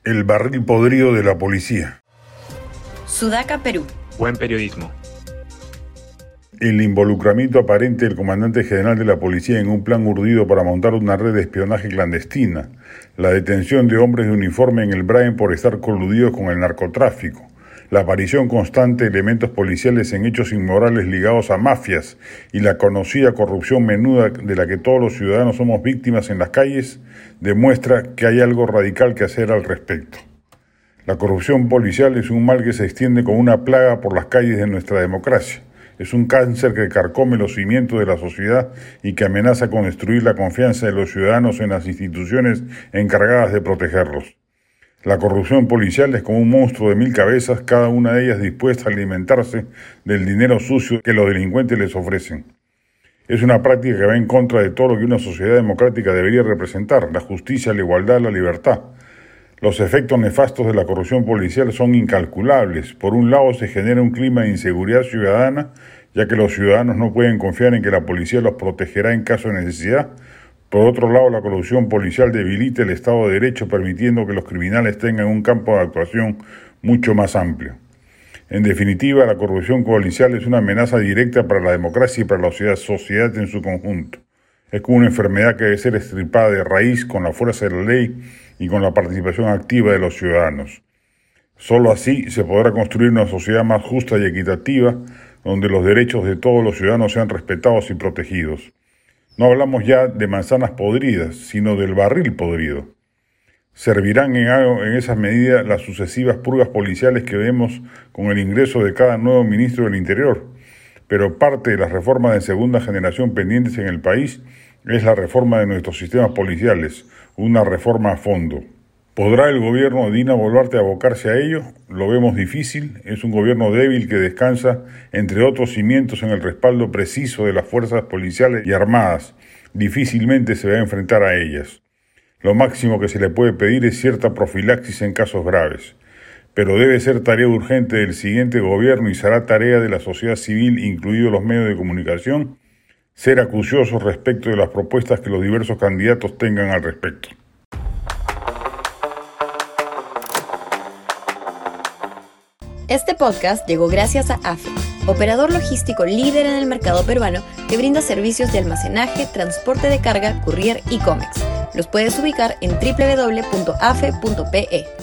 El barril podrido de la policía. Sudaca, Perú. Buen periodismo. El involucramiento aparente del comandante general de la policía en un plan urdido para montar una red de espionaje clandestina. La detención de hombres de uniforme en el Brain por estar coludidos con el narcotráfico. La aparición constante de elementos policiales en hechos inmorales ligados a mafias y la conocida corrupción menuda de la que todos los ciudadanos somos víctimas en las calles demuestra que hay algo radical que hacer al respecto. La corrupción policial es un mal que se extiende como una plaga por las calles de nuestra democracia. Es un cáncer que carcome los cimientos de la sociedad y que amenaza con destruir la confianza de los ciudadanos en las instituciones encargadas de protegerlos. La corrupción policial es como un monstruo de 1000 cabezas, cada una de ellas dispuesta a alimentarse del dinero sucio que los delincuentes les ofrecen. Es una práctica que va en contra de todo lo que una sociedad democrática debería representar: la justicia, la igualdad, la libertad. Los efectos nefastos de la corrupción policial son incalculables. Por un lado, se genera un clima de inseguridad ciudadana, ya que los ciudadanos no pueden confiar en que la policía los protegerá en caso de necesidad. Por otro lado, la corrupción policial debilita el Estado de Derecho, permitiendo que los criminales tengan un campo de actuación mucho más amplio. En definitiva, la corrupción policial es una amenaza directa para la democracia y para la sociedad en su conjunto. Es como una enfermedad que debe ser extirpada de raíz con la fuerza de la ley y con la participación activa de los ciudadanos. Solo así se podrá construir una sociedad más justa y equitativa, donde los derechos de todos los ciudadanos sean respetados y protegidos. No hablamos ya de manzanas podridas, sino del barril podrido. Servirán en algo en esas medidas las sucesivas purgas policiales que vemos con el ingreso de cada nuevo ministro del Interior, pero parte de las reformas de segunda generación pendientes en el país es la reforma de nuestros sistemas policiales, una reforma a fondo. ¿Podrá el gobierno de Dina Boluarte abocarse a ello? Lo vemos difícil. Es un gobierno débil que descansa, entre otros cimientos, en el respaldo preciso de las fuerzas policiales y armadas. Difícilmente se va a enfrentar a ellas. Lo máximo que se le puede pedir es cierta profilaxis en casos graves. Pero debe ser tarea urgente del siguiente gobierno y será tarea de la sociedad civil, incluidos los medios de comunicación, ser acuciosos respecto de las propuestas que los diversos candidatos tengan al respecto. Este podcast llegó gracias a AFE, operador logístico líder en el mercado peruano que brinda servicios de almacenaje, transporte de carga, courier y cómex. Los puedes ubicar en www.afe.pe.